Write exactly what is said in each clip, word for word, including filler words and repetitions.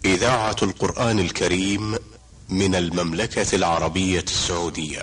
إذاعة القرآن الكريم من المملكة العربية السعودية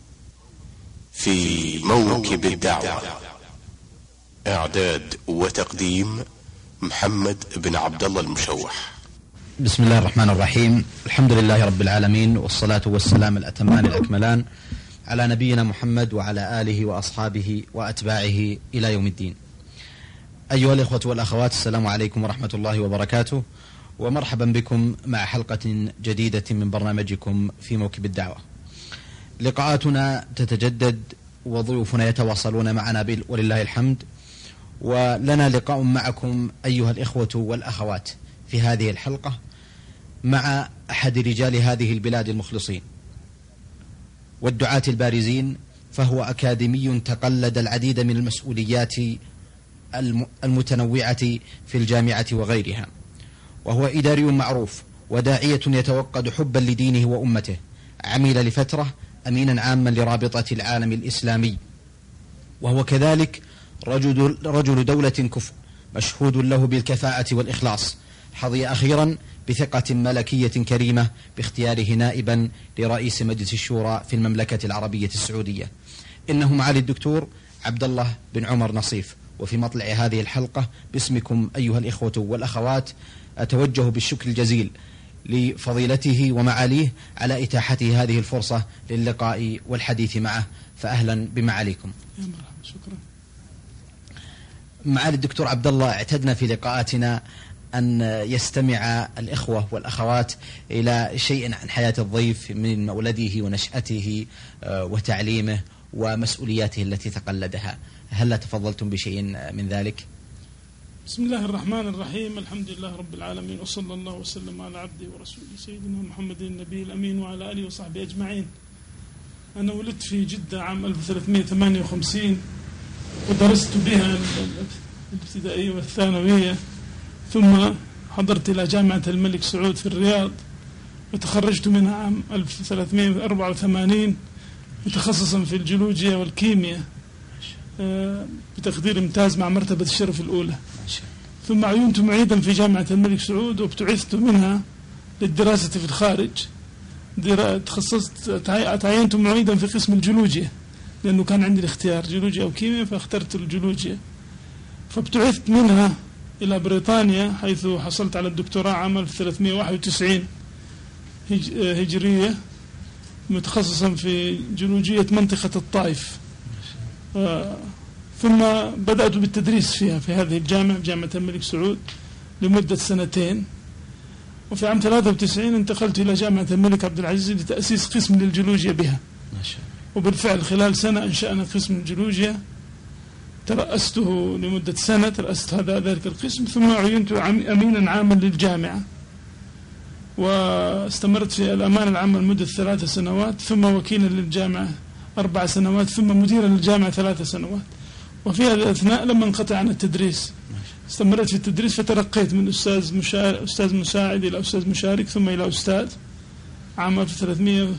في موكب الدعوة. إعداد وتقديم محمد بن عبد الله المشوح. بسم الله الرحمن الرحيم. الحمد لله رب العالمين، والصلاة والسلام الأتمان الأكملان على نبينا محمد وعلى آله وأصحابه وأتباعه إلى يوم الدين. أيها الإخوة والأخوات، السلام عليكم ورحمة الله وبركاته، ومرحبا بكم مع حلقة جديدة من برنامجكم في موكب الدعوة. لقاءاتنا تتجدد وضيوفنا يتواصلون معنا ولله الحمد، ولنا لقاء معكم أيها الإخوة والأخوات في هذه الحلقة مع أحد رجال هذه البلاد المخلصين والدعاة البارزين، فهو أكاديمي تقلد العديد من المسؤوليات المتنوعة في الجامعة وغيرها، وهو إداري معروف وداعية يتوقد حبا لدينه وأمته. عمل لفترة أمينا عاما لرابطة العالم الإسلامي، وهو كذلك رجل, رجل دولة كفء مشهود له بالكفاءة والإخلاص. حظي أخيرا بثقة ملكية كريمة باختياره نائبا لرئيس مجلس الشورى في المملكة العربية السعودية. إنه معالي الدكتور عبد الله بن عمر نصيف. وفي مطلع هذه الحلقة باسمكم أيها الإخوة والأخوات أتوجه بالشكر الجزيل لفضيلته ومعاليه على إتاحته هذه الفرصة للقاء والحديث معه، فأهلا بمعاليكم. يا مرحبا، شكرا. معالي الدكتور عبد الله، اعتدنا في لقاءاتنا أن يستمع الإخوة والأخوات إلى شيء عن حياة الضيف من مولده ونشأته وتعليمه ومسؤولياته التي تقلدها. هل تفضلتم بشيء من ذلك؟ بسم الله الرحمن الرحيم. الحمد لله رب العالمين، وصلى الله وسلم على عبده ورسوله سيدنا محمد النبي الأمين وعلى آله وصحبه أجمعين. أنا ولدت في جدة عام ألف وثلاثمائة وثمانية وخمسين، ودرست بها الابتدائية والثانوية، ثم حضرت إلى جامعة الملك سعود في الرياض، وتخرجت منها عام ألف وثلاثمائة وأربعة وثمانين متخصصا في الجيولوجيا والكيمياء بتقدير امتاز مع مرتبة الشرف الأولى. ثم عينت معيدا في جامعة الملك سعود، وابتعثت منها للدراسة في الخارج. تخصصت تعينت معيدا في قسم الجيولوجيا، لأنه كان عندي الاختيار جيولوجيا أو كيمياء، فاخترت الجيولوجيا. فابتعثت منها إلى بريطانيا، حيث حصلت على الدكتوراه عام ألف وثلاثمائة وواحد وتسعين هجرية، متخصصا في جيولوجية منطقة الطائف. آه ثم بدأت بالتدريس فيها في هذه الجامعة، جامعة الملك سعود، لمدة سنتين. وفي عام ثلاثة وتسعين انتقلت إلى جامعة الملك عبد العزيز لتأسيس قسم للجيولوجيا بها. وبالفعل خلال سنة أنشأنا قسم الجيولوجيا، ترأسته لمدة سنة، ترأست هذا ذلك القسم، ثم عينت أمينا عاما للجامعة، واستمرت في الأمانة العامة لمدة ثلاث سنوات، ثم وكيلا للجامعة أربع سنوات، ثم مديرا للجامعة ثلاث سنوات. وفي هذا الأثناء لما انقطع عن التدريس استمرت في التدريس، فترقيت من أستاذ مشارك أستاذ مساعد إلى أستاذ مشارك، ثم إلى أستاذ عام ألف وثلاثمائة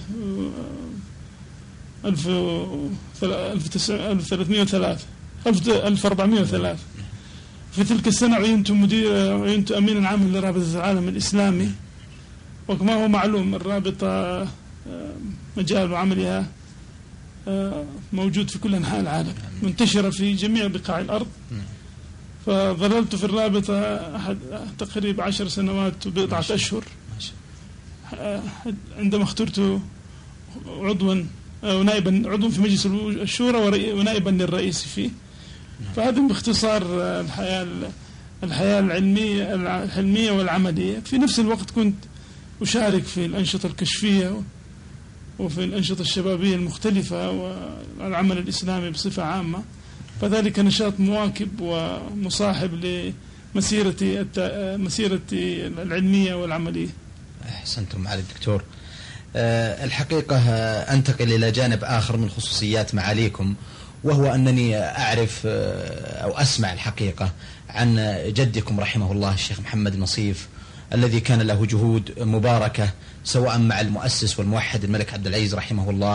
ألف وثلاثمائة وثلاثة ألف وأربعمائة وثلاثة. في تلك السنة عينت مدير عينت أمينا عاما لرابطة العالم الإسلامي. وكما هو معلوم، الرابطة مجال عملها موجود في كل أنحاء العالم، منتشرة في جميع بقاع الأرض. فظللت في الرابطة أحد تقريبا عشر سنوات وبضعة أشهر، عندما اخترت عضوا أو نائبا عضوا في مجلس الشورى ونائبا للرئيس فيه. فهذا باختصار الحياة الحياة العلمية العلمية والعملية. في نفس الوقت كنت أشارك في الأنشطة الكشفية وفي الأنشطة الشبابية المختلفة والعمل الإسلامي بصفة عامة، فذلك نشاط مواكب ومصاحب لمسيرتي مسيرتي العلمية والعملية. أحسنتم معالي الدكتور. أه الحقيقة أنتقل إلى جانب آخر من خصوصيات معاليكم، وهو أنني أعرف أو أسمع الحقيقة عن جدكم رحمه الله الشيخ محمد نصيف، الذي كان له جهود مباركة سواء مع المؤسس والموحد الملك عبد العزيز رحمه الله،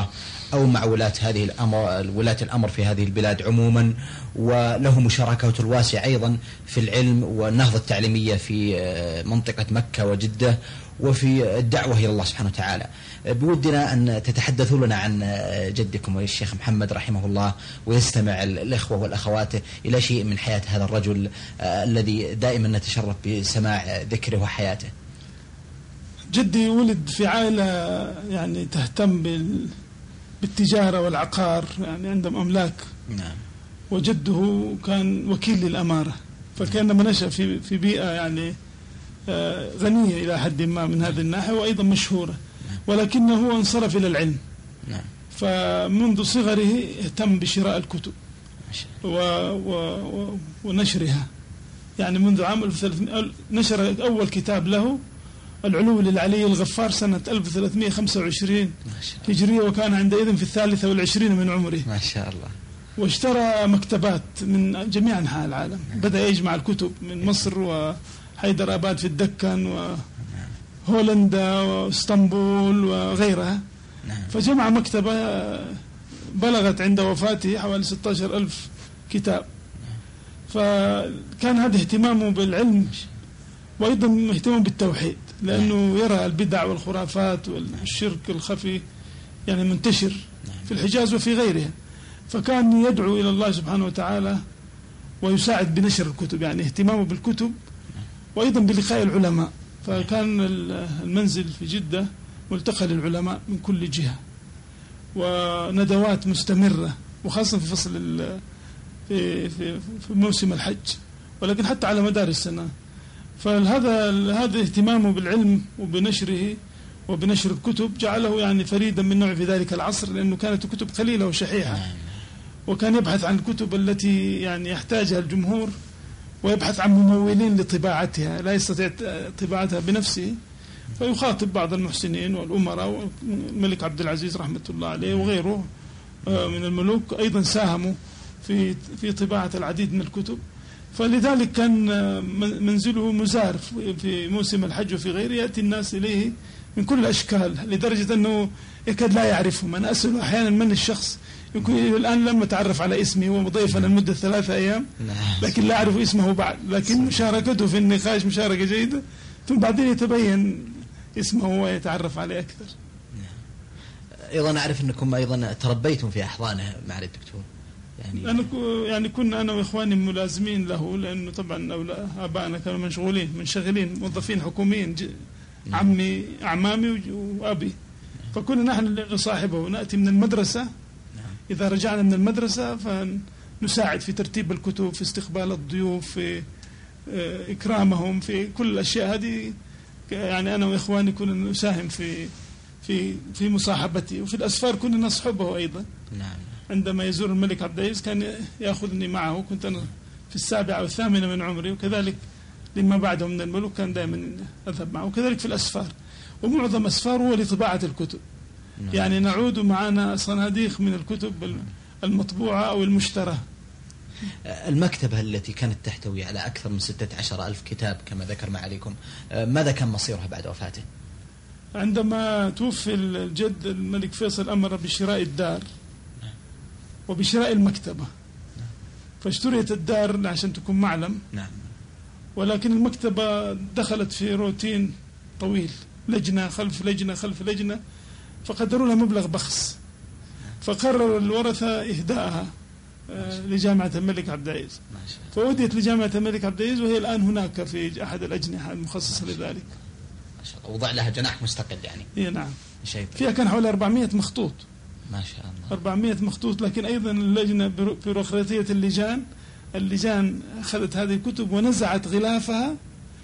أو مع ولاة هذه الأمر ولاة الأمر في هذه البلاد عموما، وله مشاركته الواسعة أيضا في العلم والنهضة التعليمية في منطقة مكة وجدة وفي الدعوة إلى الله سبحانه وتعالى. بودنا أن تتحدثوا لنا عن جدكم الشيخ محمد رحمه الله، ويستمع الإخوة والأخوات إلى شيء من حياة هذا الرجل الذي دائما نتشرف بسماع ذكره وحياته. جدي ولد في عائلة يعني تهتم بال بالتجارة والعقار، يعني عندهم أملاك. نعم. وجده كان وكيل للأمارة، فكان نشأ في في بيئة يعني غنية إلى حد ما من هذه الناحية، وأيضا مشهورة، ولكنه انصرف إلى العلم. نعم. فمنذ صغره اهتم بشراء الكتب و و و ونشرها. يعني منذ عام ألف وثلاثمائة نشر أول كتاب له العلو للعلي الغفار سنة ألف وثلاثمائة وخمسة وعشرين هجرية، وكان عندئذ في الثالثة والعشرين من عمره. ما شاء الله. واشترى مكتبات من جميع أنحاء العالم. بدأ يجمع الكتب من مصر وحيدرآباد في الدكن وهولندا واسطنبول وغيرها. فجمع مكتبة بلغت عند وفاته حوالي ستة عشر ألف كتاب. فكان هذا اهتمامه بالعلم، وأيضا اهتمامه بالتوحيد، لأنه يرى البدع والخرافات والشرك الخفي يعني منتشر في الحجاز وفي غيرها، فكان يدعو إلى الله سبحانه وتعالى ويساعد بنشر الكتب، يعني اهتمامه بالكتب وأيضا بلقاء العلماء. فكان المنزل في جدة ملتقى للعلماء من كل جهة، وندوات مستمرة، وخاصة في فصل في في في موسم الحج، ولكن حتى على مدار السنة. فهذا هذا اهتمامه بالعلم وبنشره وبنشر الكتب جعله يعني فريدا من نوعه في ذلك العصر، لأنه كانت الكتب قليلة وشحيحة، وكان يبحث عن الكتب التي يعني يحتاجها الجمهور، ويبحث عن ممولين لطباعتها، لا يستطيع طباعتها بنفسه، فيخاطب بعض المحسنين والأمراء، والملك عبد العزيز رحمة الله عليه وغيره من الملوك أيضا ساهموا في في طباعة العديد من الكتب. فلذلك كان منزله مزار في موسم الحج وفي غيره، يأتي الناس إليه من كل الأشكال، لدرجة أنه يكاد لا يعرفهم. أنا أسأل أحيانا من الشخص، يكون الآن لم أتعرف على اسمه ومضيفا لمدة ثلاثة أيام، لكن لا أعرف اسمه بعد، لكن مشاركته في النقاش مشاركة جيدة، ثم بعدين يتبين اسمه ويتعرف عليه أكثر. أيضا أعرف أنكم أيضا تربيتم في أحضانه مع الدكتور. يعني أنا يعني كنا أنا وإخواني ملازمين له، لأنه طبعا أولا آبائنا كانوا مشغولين منشغلين موظفين حكوميين، عمي أعمامي وأبي، فكنا نحن نصاحبه، نأتي من المدرسة، إذا رجعنا من المدرسة فنساعد في ترتيب الكتب، في استقبال الضيوف، في إكرامهم، في كل الأشياء هذه. يعني أنا وإخواني كنا نساهم في في في مصاحبته، وفي الأسفار كنا نصحبه أيضا. نعم. عندما يزور الملك عبد العزيز كان يأخذني معه، كنت أنا في السابعة أو الثامنة من عمري، وكذلك لما بعده من الملوك كان دائما أذهب معه، وكذلك في الأسفار، ومعظم أسفاره هو لطباعة الكتب. نعم. يعني نعود معنا صناديق من الكتب المطبوعة أو المشترى. المكتبة التي كانت تحتوي على أكثر من ستة عشر ألف كتاب كما ذكر معاليكم، ماذا كان مصيرها بعد وفاته؟ عندما توفي الجد الملك فيصل أمر بشراء الدار وبشراء المكتبة، فاشتريت الدار عشان تكون معلم. نعم. ولكن المكتبة دخلت في روتين طويل، لجنة خلف لجنة خلف لجنة، فقدروا لها مبلغ بخس، فقرر الورثة إهداءها لجامعة الملك عبد العزيز، فوديت لجامعة الملك عبد العزيز، وهي الآن هناك في أحد الأجنحة المخصصة لذلك. ما شاء الله. وضع لها جناح مستقل يعني. إيه نعم. شيء فيها كان حوالي أربعمائة مخطوط. ما شاء الله. أربعمائة مخطوط، لكن أيضا اللجنة بيروقراطية اللجان اللجان أخذت هذه الكتب ونزعت غلافها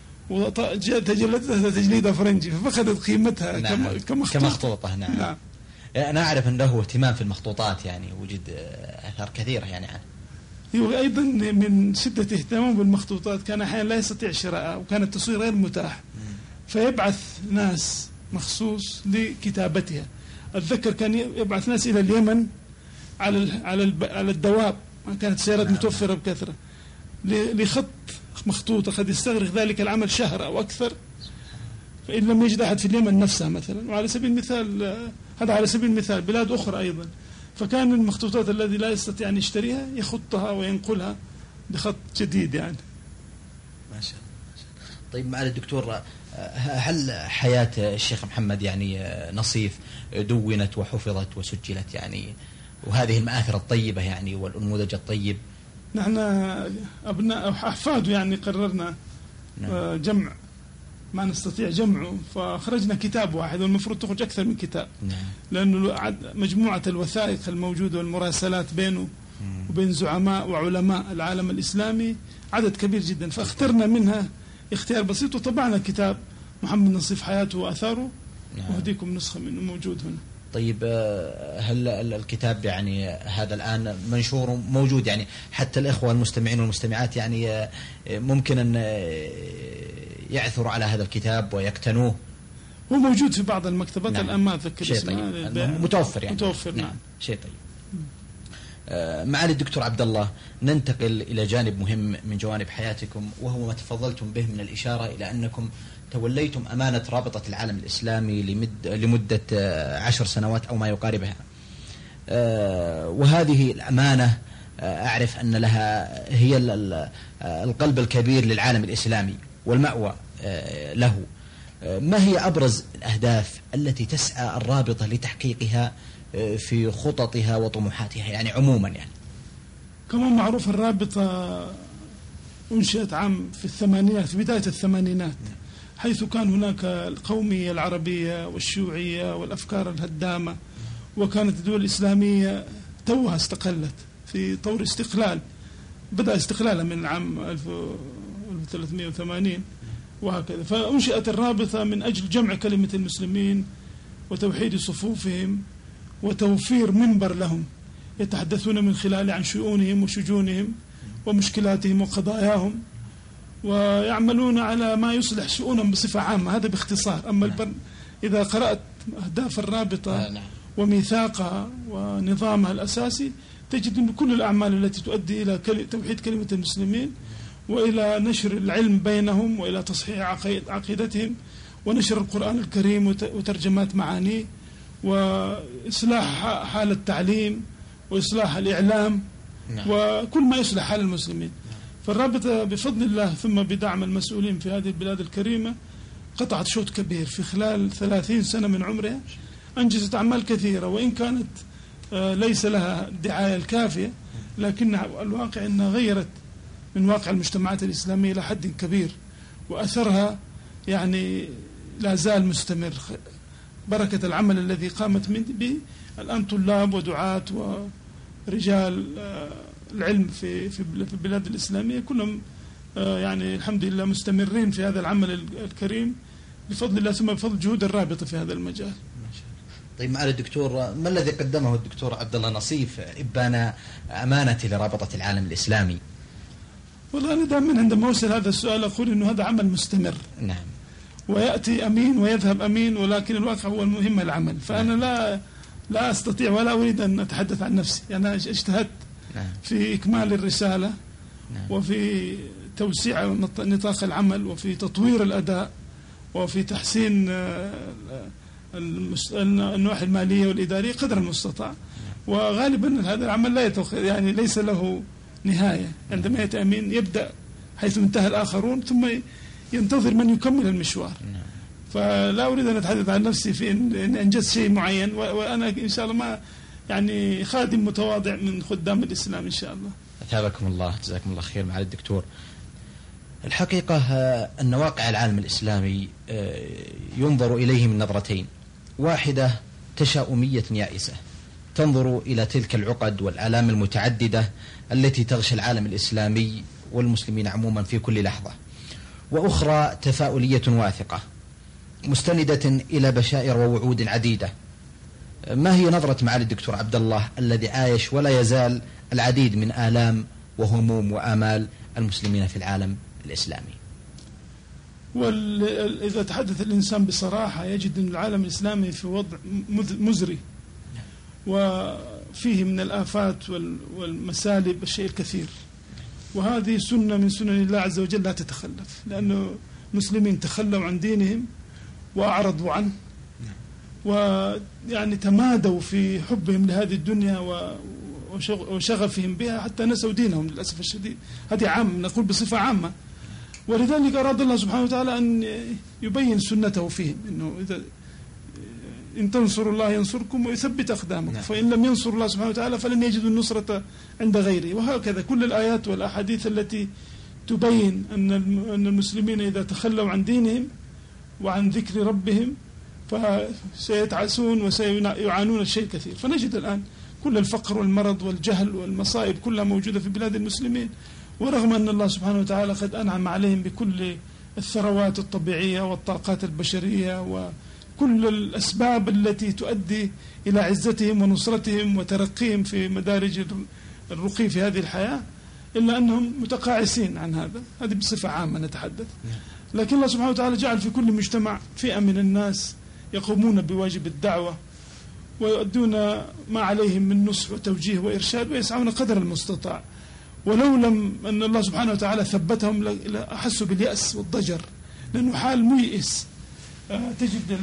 وتجلدتها تجليد فرنجي، ففقدت قيمتها. نعم. كمخطوطة. كمخطوطة. نعم. نعم. أنا أعرف أن له اهتمام في المخطوطات، يعني وجد أثار كثيرة يعني عنه. هو أيضا من شدة اهتمامه بالمخطوطات كان أحيانا لا يستطيع شراءها، وكان التصوير غير متاح، فيبعث ناس مخصوص لكتابتها. أتذكر كان يبعث ناس إلى اليمن على على على الدواب، ما كانت سيارات متوفرة بكثرة، لخط مخطوطة، قد يستغرق ذلك العمل شهر أو أكثر، فإن لم يجد أحد في اليمن نفسها مثلا. وعلى سبيل المثال هذا على سبيل المثال. بلاد أخرى أيضا، فكان المخطوطات الذي لا يستطيع أن يشتريها يخطها وينقلها بخط جديد يعني. ما شاء الله. طيب معالي الدكتور، هل حياة الشيخ محمد يعني نصيف دونت وحفظت وسجلت يعني، وهذه المآثر الطيبة يعني والأنموذج الطيب؟ نحن أبناء أو أحفاده يعني قررنا نعم. جمع ما نستطيع جمعه، فخرجنا كتاب واحد والمفروض تخرج أكثر من كتاب نعم. لأنه مجموعة الوثائق الموجودة والمراسلات بينه مم. وبين زعماء وعلماء العالم الإسلامي عدد كبير جدا، فاخترنا منها اختيار بسيط وطبعنا كتاب محمد نصيف حياته وأثاره نعم. وهديكم نسخة منه موجود هنا. طيب هل الكتاب يعني هذا الآن منشور موجود يعني حتى الإخوة المستمعين والمستمعات يعني ممكن أن يعثروا على هذا الكتاب ويقتنوه؟ هو موجود في بعض المكتبات نعم. الآن ما أتذكر شيء طيب. متوفر يعني متوفر نعم. نعم. شيء طيب. معالي الدكتور عبد الله، ننتقل إلى جانب مهم من جوانب حياتكم، وهو ما تفضلتم به من الإشارة إلى أنكم توليتم أمانة رابطة العالم الإسلامي لمد لمدة عشر سنوات أو ما يقاربها، وهذه الأمانة أعرف أن لها هي القلب الكبير للعالم الإسلامي والمأوى له. ما هي أبرز الأهداف التي تسعى الرابطة لتحقيقها في خططها وطموحاتها يعني عموما؟ يعني كما معروف الرابطة أنشئت عام في الثمانينات، في بداية الثمانينات، حيث كان هناك القومية العربية والشيوعية والأفكار الهدامة، وكانت الدول الإسلامية توها استقلت في طور استقلال، بدأ استقلالها من العام ألف وثلاثمائة وثمانين وهكذا. فأنشئت الرابطة من أجل جمع كلمة المسلمين وتوحيد صفوفهم وتوفير منبر لهم يتحدثون من خلاله عن شؤونهم وشجونهم ومشكلاتهم وقضاياهم، ويعملون على ما يصلح شؤونهم بصفة عامة. هذا باختصار. أما البر... إذا قرأت أهداف الرابطة وميثاقها ونظامها الأساسي تجد أن كل الأعمال التي تؤدي إلى كل... توحيد كلمة المسلمين وإلى نشر العلم بينهم وإلى تصحيح عقيد... عقيدتهم ونشر القرآن الكريم وت... وترجمات معانيه وإصلاح حال التعليم وإصلاح الإعلام نعم. وكل ما يصلح حال المسلمين. فالرابطة بفضل الله ثم بدعم المسؤولين في هذه البلاد الكريمة قطعت شوط كبير في خلال ثلاثين سنة من عمرها، أنجزت أعمال كثيرة، وإن كانت ليس لها الدعاية الكافية، لكن الواقع أنها غيرت من واقع المجتمعات الإسلامية إلى حد كبير، وأثرها يعني لا زال مستمر. بركة العمل الذي قامت به الآن طلاب ودعاة ورجال العلم في في البلاد الإسلامية كلهم يعني الحمد لله مستمرين في هذا العمل الكريم بفضل الله ثم بفضل جهود الرابطة في هذا المجال. طيب معالي الدكتور، ما الذي قدمه الدكتور عبد الله نصيف إبان أمانة لرابطة العالم الإسلامي؟ والله أنا دائما عندما أوصل هذا السؤال أقول إنه هذا عمل مستمر نعم، ويأتي أمين ويذهب أمين، ولكن الواقع هو المهم العمل. فأنا لا لا أستطيع ولا أريد أن أتحدث عن نفسي، أنا اجتهدت في إكمال الرسالة وفي توسيع نطاق العمل وفي تطوير الأداء وفي تحسين النواحي المالية والإدارية قدر المستطاع. وغالبا هذا العمل لا يتوقف، يعني ليس له نهاية. عندما يأتي أمين يبدأ حيث انتهى الآخرون ثم ينتظر من يكمل المشوار. فلا أريد أن أتحدث عن نفسي في إن أنجزت شيء معين، وأنا إن شاء الله ما يعني خادم متواضع من خدام الإسلام إن شاء الله. أثابكم الله، جزاكم الله خير معالي الدكتور. الحقيقة أن واقع العالم الإسلامي ينظر إليه من نظرتين، واحدة تشاؤمية يائسة تنظر إلى تلك العقد والآلام المتعددة التي تغشى العالم الإسلامي والمسلمين عموما في كل لحظة، وأخرى تفاؤلية واثقة مستندة إلى بشائر ووعود عديدة. ما هي نظرة معالي الدكتور عبد الله الذي عايش ولا يزال العديد من آلام وهموم وآمال المسلمين في العالم الإسلامي؟ وإذا تحدث الإنسان بصراحة يجد أن العالم الإسلامي في وضع مزري وفيه من الآفات والمسالب الشيء الكثير، وهذه سنة من سنن الله عز وجل لا تتخلف، لأنه المسلمين تخلوا عن دينهم وأعرضوا عنه ويعني تمادوا في حبهم لهذه الدنيا وشغفهم بها حتى نسوا دينهم للأسف الشديد. هذه عام نقول بصفة عامة. ولذلك أراد الله سبحانه وتعالى أن يبين سنته فيهم، إنه إذا إن تنصروا الله ينصركم ويثبت أقدامكم، فإن لم ينصر الله سبحانه وتعالى فلن يجدوا النصرة عند غيره. وهكذا كل الآيات والأحاديث التي تبين أن أن المسلمين إذا تخلوا عن دينهم وعن ذكر ربهم فسيتعسون وسيعانون الشيء كثير. فنجد الآن كل الفقر والمرض والجهل والمصائب كلها موجودة في بلاد المسلمين، ورغم أن الله سبحانه وتعالى قد أنعم عليهم بكل الثروات الطبيعية والطاقات البشرية وكل الأسباب التي تؤدي إلى عزتهم ونصرتهم وترقيهم في مدارج الرقي في هذه الحياة، إلا أنهم متقاعسين عن هذا. هذه بصفة عامة نتحدث. لكن الله سبحانه وتعالى جعل في كل مجتمع فئة من الناس يقومون بواجب الدعوة ويؤدون ما عليهم من نصح وتوجيه وإرشاد ويسعون قدر المستطاع. ولو لم أن الله سبحانه وتعالى ثبتهم لأحسوا باليأس والضجر، لأنه حال ميئس. تجد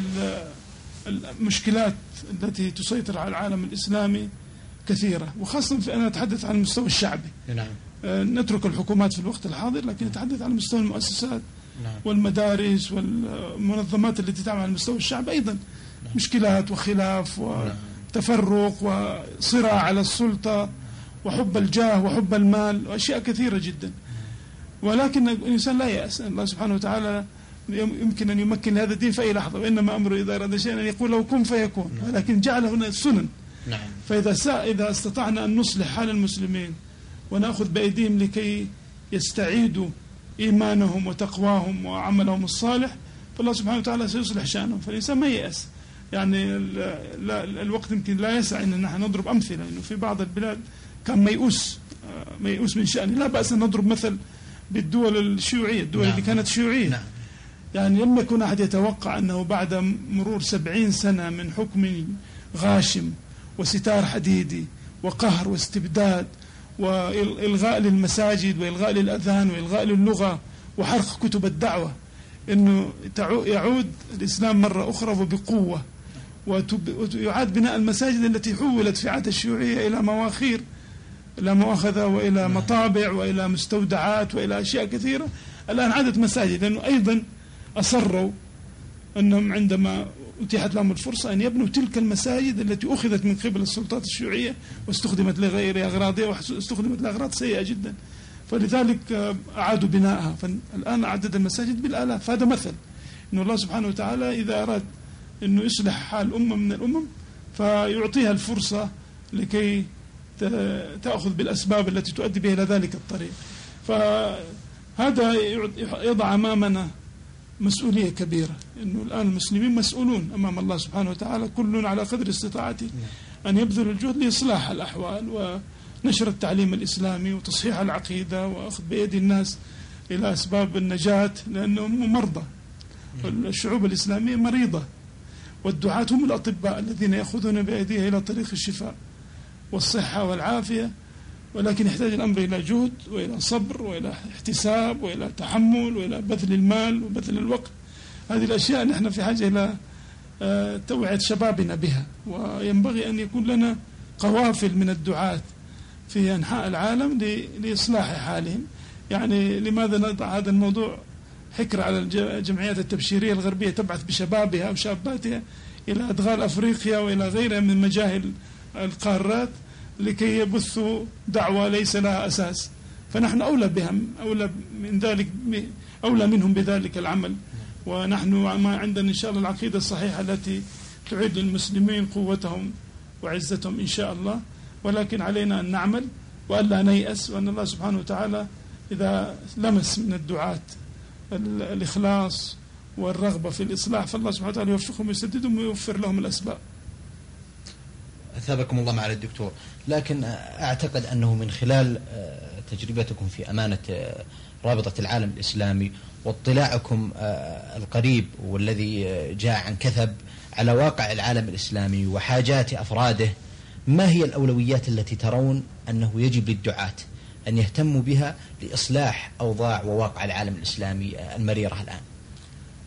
المشكلات التي تسيطر على العالم الإسلامي كثيرة، وخاصة في أنا أتحدث عن المستوى الشعبي. نعم. نترك الحكومات في الوقت الحاضر، لكن نتحدث عن مستوى المؤسسات. نعم. والمدارس والمنظمات التي تعمل على المستوى الشعبي أيضا. نعم. مشكلات وخلاف وتفرق وصراع على السلطة وحب الجاه وحب المال وأشياء كثيرة جدا. ولكن الإنسان لا يأس، الله سبحانه وتعالى يمكن أن يمكن هذا الدين في أي لحظة، وإنما أمره إذا أراد شيئا أن يقول له كن فيكون. نعم. ولكن جعل هنا السنن. نعم. فإذا سا إذا استطعنا أن نصلح حال المسلمين ونأخذ بأيديهم لكي يستعيدوا إيمانهم وتقواهم وعملهم الصالح، فالله سبحانه وتعالى سيصلح شأنهم. فالإنسان ما يأس. يعني الوقت يمكن لا يسع أن نحن نضرب أمثلة، إنه في بعض البلاد كان ميؤوس ميؤوس من شأنه. لا بأس أن نضرب مثل بالدول الشيوعية، الدول نعم. اللي كانت شيوعية. نعم. يعني لم يكن أحد يتوقع أنه بعد مرور سبعين سنة من حكم غاشم وستار حديدي وقهر واستبداد وإلغاء للمساجد وإلغاء للأذان وإلغاء للغة وحرق كتب الدعوة، أنه يعود الإسلام مرة أخرى وبقوة، ويعاد بناء المساجد التي حولت في عهد الشيوعية إلى مواخير، إلى مؤاخذة وإلى مطابع وإلى مستودعات وإلى أشياء كثيرة. الآن عادت مساجد، لأنه أيضا أصروا أنهم عندما أتيحت لهم الفرصة أن يبنوا تلك المساجد التي أخذت من قبل السلطات الشيوعية واستخدمت لغير أغراضها واستخدمت لأغراض سيئة جدا، فلذلك أعادوا بناءها. فالآن عدد المساجد بالآلاف. هذا مثل أن الله سبحانه وتعالى إذا أراد أنه يصلح حال أمة من الأمم فيعطيها الفرصة لكي تأخذ بالأسباب التي تؤدي بها إلى ذلك الطريق. فهذا يضع أمامنا مسؤولية كبيرة، أنه الآن المسلمين مسؤولون أمام الله سبحانه وتعالى، كل على قدر استطاعته أن يبذل الجهد لإصلاح الأحوال ونشر التعليم الإسلامي وتصحيح العقيدة وأخذ بيد الناس إلى أسباب النجاة، لأنهم مرضى. الشعوب الإسلامية مريضة، والدعاة هم الأطباء الذين يأخذون بأيديها إلى طريق الشفاء والصحة والعافية. ولكن يحتاج الأمر إلى جهد وإلى صبر وإلى احتساب وإلى تحمل وإلى بذل المال وبذل الوقت. هذه الأشياء نحن في حاجة إلى توعية شبابنا بها، وينبغي أن يكون لنا قوافل من الدعاة في أنحاء العالم لإصلاح حالهم. يعني لماذا نضع هذا الموضوع حكر على الجمعيات التبشيرية الغربية تبعث بشبابها وشاباتها إلى أدغال أفريقيا وإلى غيرها من مجاهل القارات لكي يبثوا دعوة ليس لها أساس. فنحن أولى بهم، أولى من ذلك، أولى منهم بذلك العمل. ونحن ما عندنا إن شاء الله العقيدة الصحيحة التي تعيد للمسلمين قوتهم وعزتهم إن شاء الله. ولكن علينا أن نعمل وألا نيأس، وأن الله سبحانه وتعالى إذا لمس من الدعاة الإخلاص والرغبة في الإصلاح فالله سبحانه وتعالى يوفقهم ويسددهم ويوفر لهم الأسباب. أثابكم الله معالي الدكتور. لكن أعتقد أنه من خلال تجربتكم في أمانة رابطة العالم الإسلامي واطلاعكم القريب والذي جاء عن كثب على واقع العالم الإسلامي وحاجات أفراده، ما هي الأولويات التي ترون أنه يجب للدعاة أن يهتموا بها لإصلاح أوضاع وواقع العالم الإسلامي المريرة الآن؟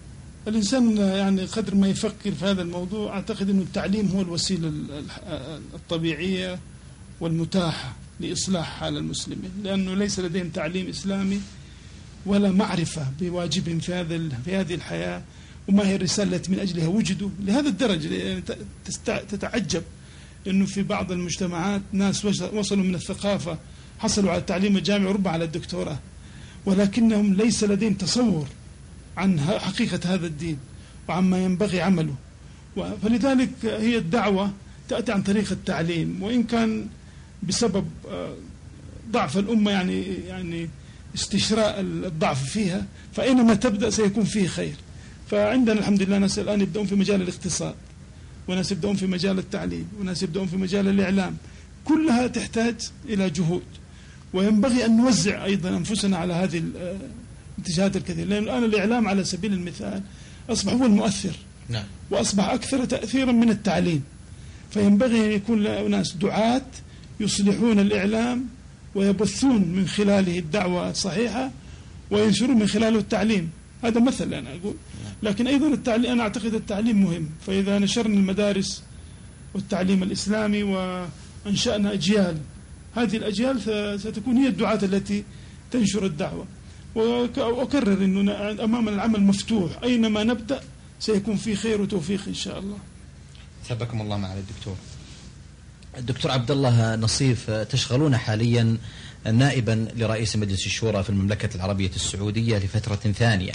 الإنسان يعني قدر ما يفكر في هذا الموضوع أعتقد أن التعليم هو الوسيلة الطبيعية والمتاحة لإصلاح حال المسلمين، لأنه ليس لديهم تعليم إسلامي ولا معرفة بواجبهم في هذا في هذه الحياة وما هي الرسالة التي من أجلها وجدوا لهذا الدرجة. يعني تتعجب أنه في بعض المجتمعات ناس وصلوا من الثقافة حصلوا على التعليم الجامعي وربما على الدكتوراه، ولكنهم ليس لديهم تصور عن حقيقة هذا الدين وعما ينبغي عمله. فلذلك هي الدعوة تأتي عن طريق التعليم، وإن كان بسبب ضعف الأمة يعني يعني استشراء الضعف فيها، فأينما تبدأ سيكون فيه خير. فعندنا الحمد لله ناس الآن يبدأون في مجال الاقتصاد، وناس يبدأون في مجال التعليم، وناس يبدأون في مجال الإعلام، كلها تحتاج إلى جهود، وينبغي أن نوزع أيضا أنفسنا على هذه الاتجاهات الكثيرة، لأن الآن الإعلام على سبيل المثال أصبح هو المؤثر، نعم. وأصبح أكثر تأثيرا من التعليم، فينبغي أن يكون ناس دعاة يصلحون الإعلام ويبثون من خلاله الدعوة الصحيحة وينشرون من خلاله التعليم. هذا مثل أنا أقول، لكن أيضا التعليم أنا أعتقد التعليم مهم. فإذا نشرنا المدارس والتعليم الإسلامي وأنشأنا أجيال، هذه الأجيال ستكون هي الدعاة التي تنشر الدعوة. وأكرر أنه أمامنا العمل مفتوح، أينما نبدأ سيكون في خير وتوفيق إن شاء الله. ثبكم الله معالي الدكتور. الدكتور عبد الله نصيف، تشغلون حاليا نائبا لرئيس مجلس الشورى في المملكة العربية السعودية لفترة ثانية،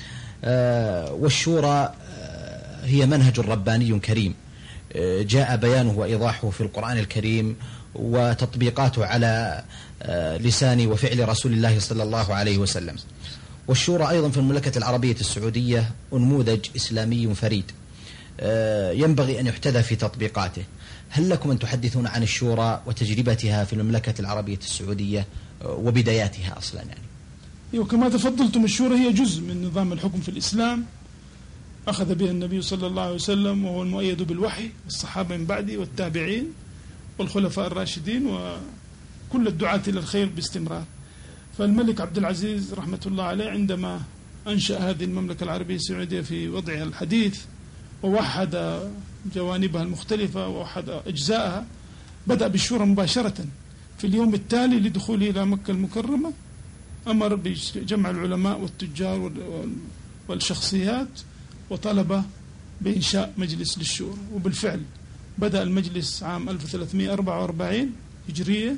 والشورى هي منهج رباني كريم جاء بيانه وإيضاحه في القرآن الكريم وتطبيقاته على لسان وفعل رسول الله صلى الله عليه وسلم. والشورى أيضا في المملكة العربية السعودية نموذج إسلامي فريد ينبغي أن يحتذى في تطبيقاته. هل لكم أن تحدثون عن الشورى وتجربتها في المملكة العربية السعودية وبداياتها أصلا؟ يعني وكما تفضلتم، الشورى هي جزء من نظام الحكم في الإسلام، أخذ بها النبي صلى الله عليه وسلم، وهو المؤيد بالوحي، والصحابة من بعده والتابعين والخلفاء الراشدين وكل الدعاة إلى الخير باستمرار. فالملك عبد العزيز رحمة الله عليه عندما أنشأ هذه المملكة العربية السعودية في وضعها الحديث ووحد جوانبها المختلفة ووحد أجزائها، بدأ بالشورى مباشرة. في اليوم التالي لدخوله إلى مكة المكرمة أمر بجمع العلماء والتجار والشخصيات وطلب بإنشاء مجلس للشورى، وبالفعل بدأ المجلس عام ألف وثلاثمائة وأربعة وأربعين هجرية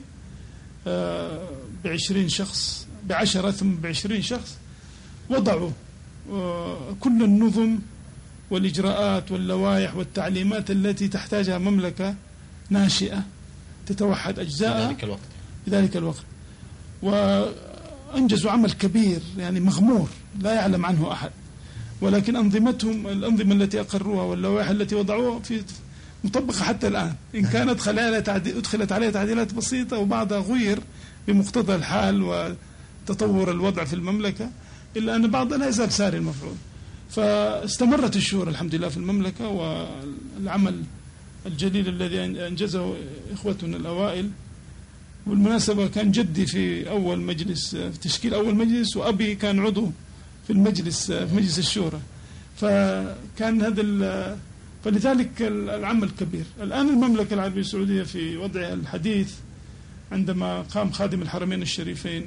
بعشرين شخص بعشرة ثم بعشرين شخص، وضعوا كل النظم والإجراءات واللوائح والتعليمات التي تحتاجها مملكة ناشئة تتوحد أجزاء في ذلك الوقت في ذلك الوقت وأنجزوا عمل كبير يعني مغمور لا يعلم عنه أحد. ولكن أنظمتهم الأنظمة التي أقروها واللوائح التي وضعوها في مطبقة حتى الآن، إن كانت خلالها تعديل أدخلت عليها تعديلات بسيطة وبعضها غير بمقتضى الحال وتطور الوضع في المملكة، إلا أن بعضها لا يزال ساري المفعول. فاستمرت الشورى الحمد لله في المملكة، والعمل الجليل الذي أنجزه إخوتنا الأوائل. والمناسبة كان جدي في أول مجلس في تشكيل أول مجلس، وأبي كان عضو في المجلس في مجلس الشورى، فكان هذا فلذلك العمل كبير. الآن المملكة العربية السعودية في وضعها الحديث عندما قام خادم الحرمين الشريفين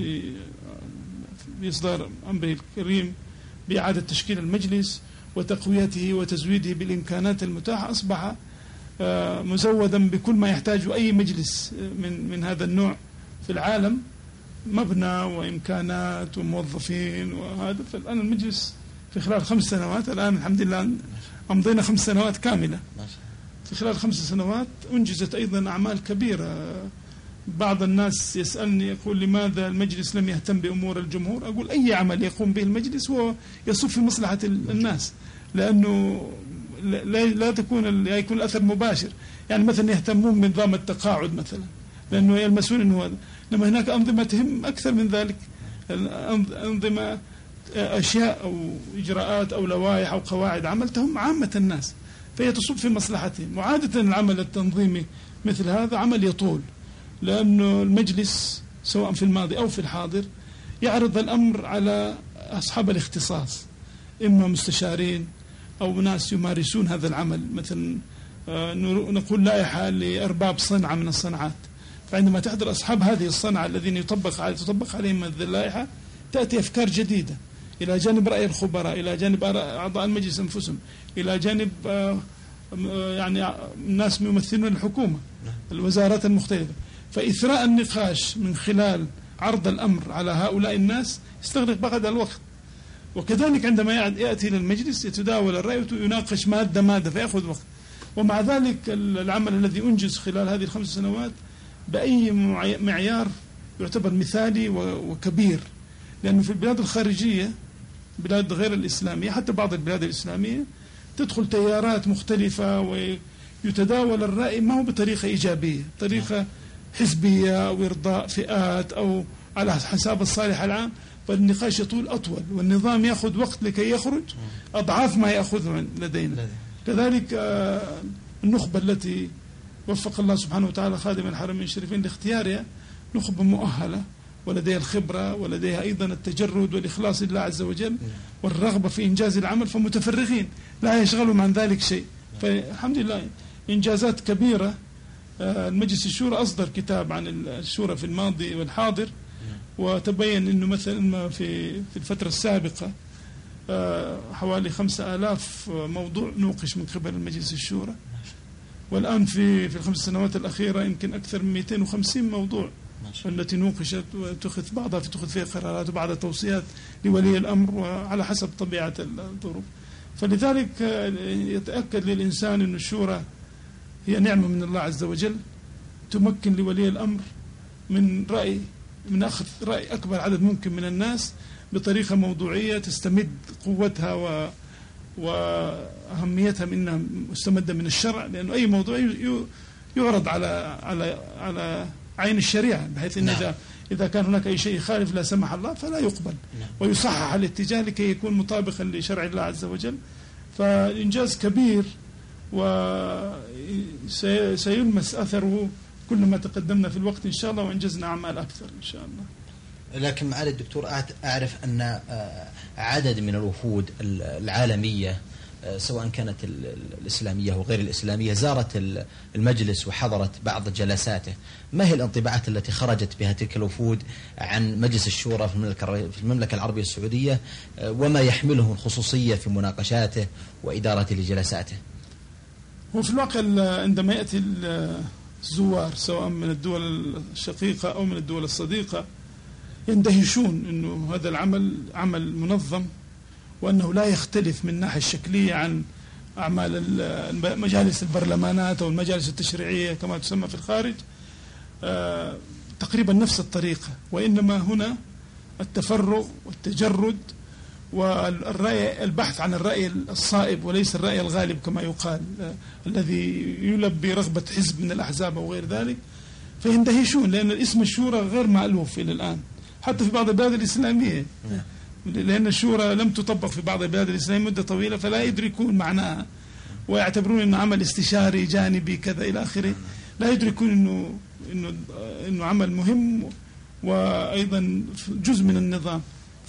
بإصدار أمره الكريم بإعادة تشكيل المجلس وتقويته وتزويده بالإمكانات المتاحة، أصبح مزودا بكل ما يحتاجه أي مجلس من من هذا النوع في العالم، مبنى وإمكانات وموظفين وهذا. فالآن المجلس في خلال خمس سنوات، الآن الحمد لله أمضينا خمس سنوات كاملة، في خلال خمس سنوات أنجزت أيضا أعمال كبيرة. بعض الناس يسألني يقول لماذا المجلس لم يهتم بأمور الجمهور؟ أقول أي عمل يقوم به المجلس هو يصب في مصلحة الناس، لأنه لا, لا تكون لا يكون الأثر مباشر. يعني مثلا يهتمون بنظام التقاعد مثلا لأنه يلمسون أنه هذا، لما هناك أنظمة تهم أكثر من ذلك، أنظمة أشياء أو إجراءات أو لوائح أو قواعد عمل تهم عامة الناس، فهي تصب في مصلحتهم. وعادة العمل التنظيمي مثل هذا عمل يطول، لأنه المجلس سواء في الماضي أو في الحاضر يعرض الأمر على أصحاب الاختصاص إما مستشارين أو ناس يمارسون هذا العمل، مثلا نقول لائحة لأرباب صنعة من الصناعات، فعندما تحضر أصحاب هذه الصنعة الذين يطبق على تطبق عليهم هذه اللائحة تأتي أفكار جديدة إلى جانب رأي الخبراء، إلى جانب أعضاء المجلس أنفسهم، إلى جانب يعني الناس يمثلون الحكومة الوزارات المختلفة. فإثراء النقاش من خلال عرض الأمر على هؤلاء الناس يستغرق بعض الوقت. وكذلك عندما يأتي للمجلس يتداول الرأي ويناقش مادة مادة فيأخذ وقت. ومع ذلك العمل الذي أنجز خلال هذه الخمس سنوات بأي معيار يعتبر مثالي وكبير، لأنه في البلاد الخارجية بلاد غير الإسلامية حتى بعض البلاد الإسلامية تدخل تيارات مختلفة ويتداول الرأي ما هو بطريقة إيجابية، طريقة حزبية أو إرضاء فئات أو على حساب الصالح العام، فالنقاش يطول أطول والنظام يأخذ وقت لكي يخرج أضعاف ما يأخذه لدينا. كذلك النخبة التي وفق الله سبحانه وتعالى خادم الحرمين الشريفين لاختيارها نخبة مؤهلة ولديها الخبرة ولديها أيضا التجرد والإخلاص لله عز وجل والرغبة في إنجاز العمل، فمتفرغين لا يشغلهم عن ذلك شيء. فالحمد لله إنجازات كبيرة. المجلس الشورى أصدر كتاب عن الشورى في الماضي والحاضر، وتبين أنه مثلا في في الفترة السابقة حوالي خمسة آلاف موضوع نوقش من قبل المجلس الشورى، والآن في في الخمس سنوات الأخيرة يمكن أكثر من مئتين وخمسين موضوع التي نوقشت وتأخذ بعضها تأخذ فيها قرارات وبعضها توصيات لولي الأمر وعلى حسب طبيعة الظروف. فلذلك يتأكد للإنسان أن الشورى هي نعمة من الله عز وجل تمكن لولي الأمر من رأي من أخذ رأي أكبر عدد ممكن من الناس بطريقة موضوعية تستمد قوتها و وأهميتها منها مستمدة من الشرع، لأنه أي موضوع يعرض على على على عين الشريعة، بحيث أن إذا إذا كان هناك أي شيء خالف لا سمح الله فلا يقبل ويصحح الاتجاه لكي يكون مطابقا لشرع الله عز وجل. فإنجاز كبير وسيلمس أثره كلما تقدمنا في الوقت إن شاء الله وأنجزنا أعمال أكثر إن شاء الله. لكن معالي الدكتور أعرف أن عدد من الوفود العالمية سواء كانت الإسلامية وغير الإسلامية زارت المجلس وحضرت بعض جلساته، ما هي الانطباعات التي خرجت بها تلك الوفود عن مجلس الشورى في المملكة العربية السعودية وما يحمله الخصوصية في مناقشاته وإدارة لجلساته؟ وفي الواقع عندما يأتي الزوار سواء من الدول الشقيقة أو من الدول الصديقة يندهشون أنه هذا العمل عمل منظم، وأنه لا يختلف من الناحية الشكلية عن أعمال مجالس البرلمانات أو المجالس التشريعية كما تسمى في الخارج، آه تقريبا نفس الطريقة، وإنما هنا التفرغ والتجرد والرأي البحث عن الرأي الصائب وليس الرأي الغالب كما يقال، آه الذي يلبي رغبة حزب من الأحزاب أو غير ذلك. فيندهشون لأن الاسم الشورى غير مألوف إلى الآن حتى في بعض البلاد الإسلامية، لأن الشورى لم تطبق في بعض البلاد الإسلامية مدة طويلة فلا يدركون معناها ويعتبرون أنه عمل استشاري جانبي كذا إلى آخره، لا يدركون أنه إنه إنه عمل مهم وأيضا جزء من النظام.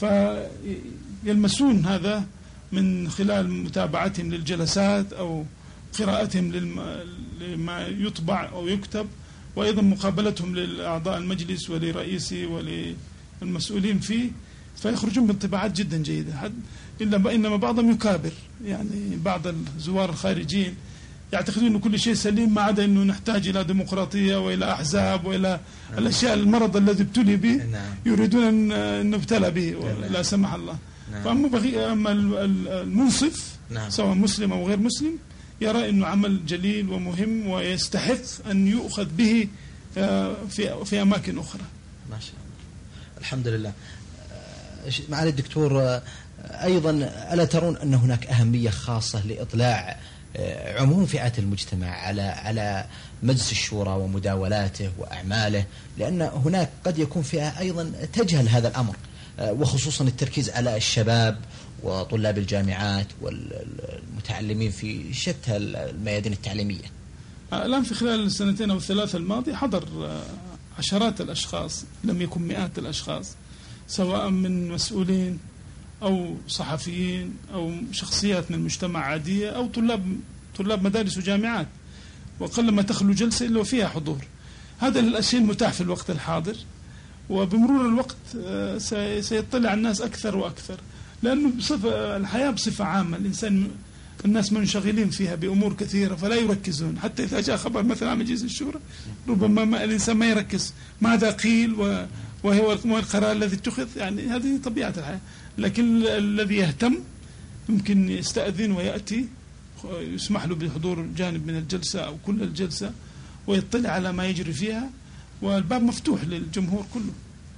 فيلمسون هذا من خلال متابعتهم للجلسات أو قراءتهم لما يطبع أو يكتب، وأيضا مقابلتهم للأعضاء المجلس ولرئيسه وللمسؤولين فيه، فيخرجون بانطباعات جدا جيدة. إلا إنما بعضهم يكابر، يعني بعض الزوار الخارجيين يعتقدون أن كل شيء سليم ما عدا أنه نحتاج إلى ديمقراطية وإلى أحزاب وإلى الأشياء المرض الذي ابتلي به يريدون أن نبتلى به لا سمح الله. فأما بغي أما المنصف سواء مسلم أو غير مسلم يرى أنه عمل جليل ومهم ويستحق أن يؤخذ به في في أماكن أخرى. ما شاء الله، الحمد لله. معالي الدكتور، أيضا ألا ترون أن هناك أهمية خاصة لإطلاع عموم فئات المجتمع على على مجلس الشورى ومداولاته وأعماله، لأن هناك قد يكون فئة أيضا تجهل هذا الأمر، وخصوصا التركيز على الشباب وطلاب الجامعات والمتعلمين في شتى الميادين التعليمية. الآن في خلال السنتين أو الثلاثة الماضية حضر عشرات الأشخاص لم يكن مئات الأشخاص، سواء من مسؤولين أو صحفيين أو شخصيات من المجتمع عادية أو طلاب طلاب مدارس وجامعات، وقلما تخلو جلسة إلا وفيها حضور. هذا الشيء المتاح في الوقت الحاضر، وبمرور الوقت سيطلع الناس أكثر وأكثر، لأنه بصفة الحياة بصفة عامة الإنسان الناس منشغلين فيها بأمور كثيرة فلا يركزون. حتى إذا جاء خبر مثلا عن مجلس الشورى ربما ما الإنسان ما يركز ماذا قيل وهو القرار الذي اتخذ، يعني هذه طبيعة الحياة. لكن الذي يهتم يمكن يستأذن ويأتي، يسمح له بحضور جانب من الجلسة أو كل الجلسة ويطلع على ما يجري فيها، والباب مفتوح للجمهور كله.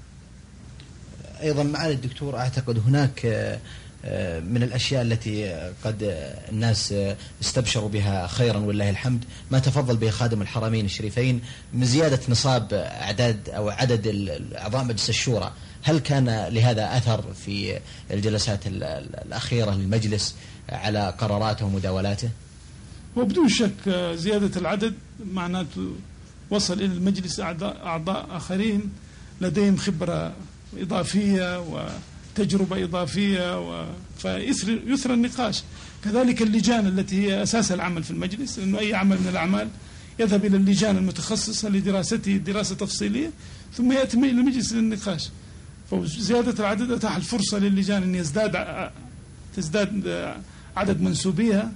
أيضا معالي الدكتور، أعتقد هناك من الأشياء التي قد الناس استبشروا بها خيرا ولله الحمد ما تفضل به خادم الحرمين الشريفين من زيادة نصاب أعداد أو عدد أعضاء مجلس الشورى. هل كان لهذا أثر في الجلسات الأخيرة للمجلس على قراراته ومداولاته؟ وبدون شك زيادة العدد معناته وصل إلى المجلس أعضاء, أعضاء آخرين لديهم خبرة إضافية وتجربة إضافية، و... فيثر يثر النقاش. كذلك اللجان التي هي أساس العمل في المجلس، لأنه أي عمل من الأعمال يذهب إلى اللجان المتخصصة لدراسته دراسة تفصيلية ثم يأتي إلى المجلس للنقاش. فزيادة العدد أتاح الفرصة للجان أن يزداد تزداد عدد منسوبيها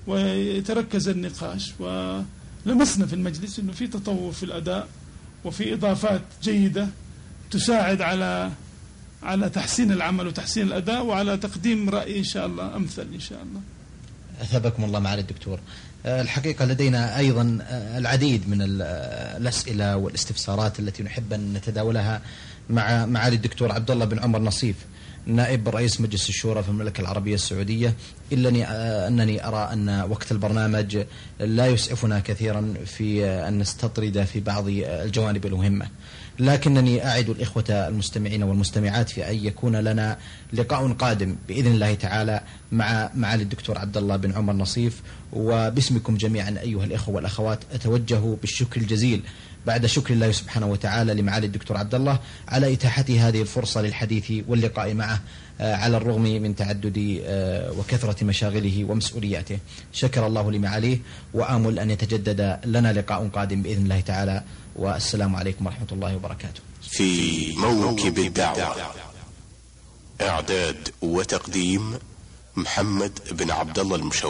ويتركز النقاش. ولمسنا في المجلس أنه في تطور في الأداء وفي إضافات جيدة تساعد على على تحسين العمل وتحسين الأداء وعلى تقديم رأي إن شاء الله أمثل إن شاء الله. أثابكم الله معالي الدكتور. الحقيقة لدينا أيضا العديد من الأسئلة والاستفسارات التي نحب أن نتداولها مع معالي الدكتور عبد الله بن عمر نصيف نائب رئيس مجلس الشورى في المملكة العربية السعودية، إلا أنني أرى أن وقت البرنامج لا يسعفنا كثيرا في أن نستطرد في بعض الجوانب المهمة، لكنني أعد الإخوة المستمعين والمستمعات في أن يكون لنا لقاء قادم بإذن الله تعالى مع معالي الدكتور عبد الله بن عمر نصيف. وباسمكم جميعا أيها الإخوة والأخوات أتوجه بالشكر الجزيل بعد شكر الله سبحانه وتعالى لمعالي الدكتور عبد الله على إتاحته هذه الفرصة للحديث واللقاء معه على الرغم من تعدد وكثرة مشاغله ومسؤولياته. شكر الله لمعاليه، وآمل أن يتجدد لنا لقاء قادم بإذن الله تعالى، والسلام عليكم ورحمة الله وبركاته. في موكب الدعوة، إعداد وتقديم محمد بن عبد الله المشاور.